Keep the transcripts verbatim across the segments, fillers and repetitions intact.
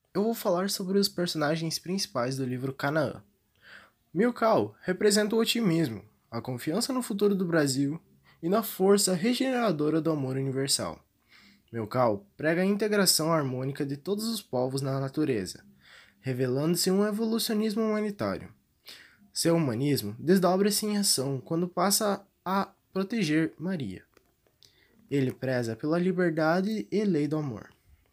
eu vou falar sobre os personagens principais do livro Canaã. Milkau representa o otimismo, a confiança no futuro do Brasil e na força regeneradora do amor universal. Milkau prega a integração harmônica de todos os povos na natureza, revelando-se um evolucionismo humanitário. Seu humanismo desdobra-se em ação quando passa a proteger Maria. Ele preza pela liberdade e lei do amor.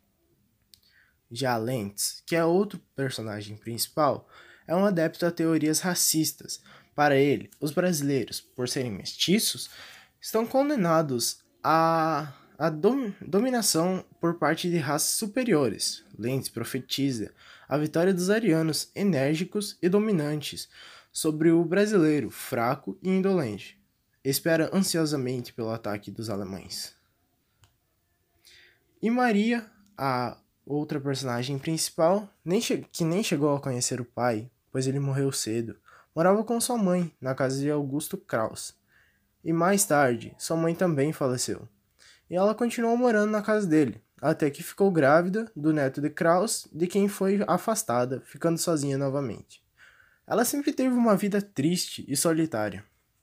Já Lentz, que é outro personagem principal, é um adepto a teorias racistas. Para ele, os brasileiros, por serem mestiços, estão condenados à, à dom, dominação por parte de raças superiores. Lentz profetiza a vitória dos arianos enérgicos e dominantes sobre o brasileiro fraco e indolente. Espera ansiosamente pelo ataque dos alemães. E Maria, a outra personagem principal, nem que nem chegou a conhecer o pai, pois ele morreu cedo, morava com sua mãe, na casa de Augusto Kraus. E mais tarde, sua mãe também faleceu. E ela continuou morando na casa dele, até que ficou grávida do neto de Kraus, de quem foi afastada, ficando sozinha novamente. Ela sempre teve uma vida triste e solitária.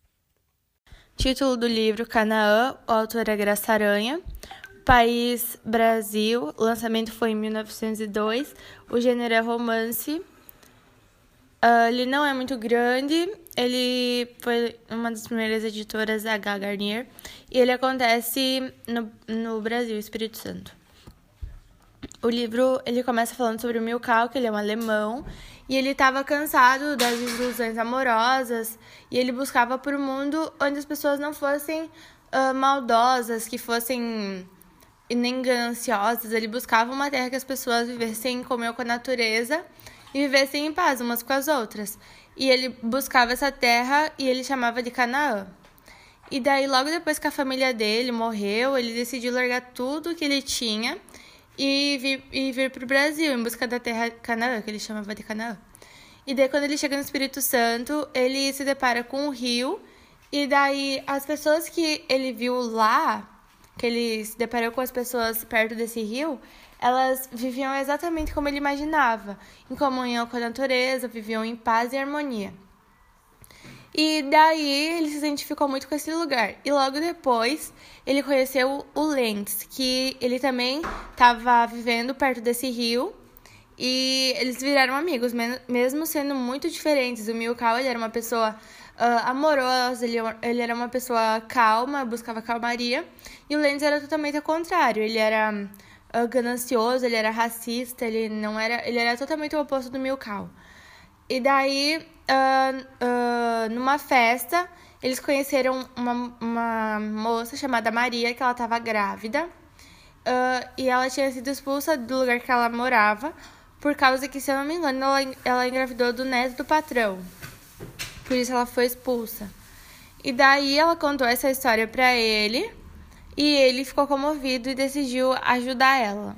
Título do livro Canaã, o autor é Graça Aranha. País Brasil, o lançamento foi em mil novecentos e dois, o gênero é romance. Uh, ele não é muito grande, ele foi uma das primeiras editoras da H. Garnier e ele acontece no, no Brasil, Espírito Santo. O livro ele começa falando sobre o Milkau, que ele é um alemão, e ele estava cansado das ilusões amorosas e ele buscava por um mundo onde as pessoas não fossem uh, maldosas, que fossem nem gananciosas. Ele buscava uma terra que as pessoas vivessem em comunhão com a natureza e vivessem em paz umas com as outras. E ele buscava essa terra e ele chamava de Canaã. E daí, logo depois que a família dele morreu, ele decidiu largar tudo que ele tinha e vir, e vir para o Brasil em busca da terra Canaã, que ele chamava de Canaã. E daí, quando ele chega no Espírito Santo, ele se depara com um rio. E daí, as pessoas que ele viu lá, que ele se deparou com as pessoas perto desse rio, elas viviam exatamente como ele imaginava, em comunhão com a natureza, viviam em paz e harmonia. E daí ele se identificou muito com esse lugar. E logo depois ele conheceu o Lentz, que ele também estava vivendo perto desse rio. E eles viraram amigos, mesmo sendo muito diferentes. O Milkau, ele era uma pessoa uh, amorosa, ele, ele era uma pessoa calma, buscava calmaria. E o Lentz era totalmente ao contrário. Ele era uh, ganancioso, ele era racista, ele não era, ele era totalmente o oposto do Milkau. E daí, uh, uh, numa festa, eles conheceram uma, uma moça chamada Maria, que ela estava grávida. Uh, e ela tinha sido expulsa do lugar que ela morava, por causa que, se eu não me engano, ela, ela engravidou do neto do patrão. Por isso ela foi expulsa. E daí ela contou essa história pra ele, e ele ficou comovido e decidiu ajudar ela.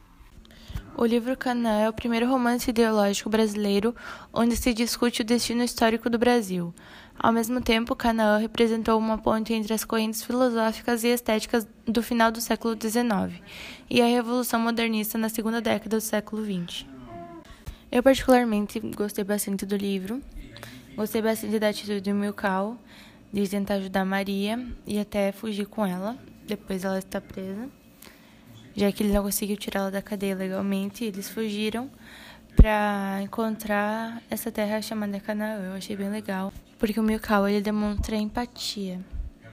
O livro Canaã é o primeiro romance ideológico brasileiro onde se discute o destino histórico do Brasil. Ao mesmo tempo, Canaã representou uma ponte entre as correntes filosóficas e estéticas do final do século dezenove e a Revolução Modernista na segunda década do século vinte. Eu particularmente gostei bastante do livro, gostei bastante da atitude do Milkau, de tentar ajudar Maria e até fugir com ela, depois ela está presa. Já que ele não conseguiu tirá-la da cadeia legalmente, eles fugiram para encontrar essa terra chamada Canaã. Eu achei bem legal, porque o Milkau ele demonstra empatia.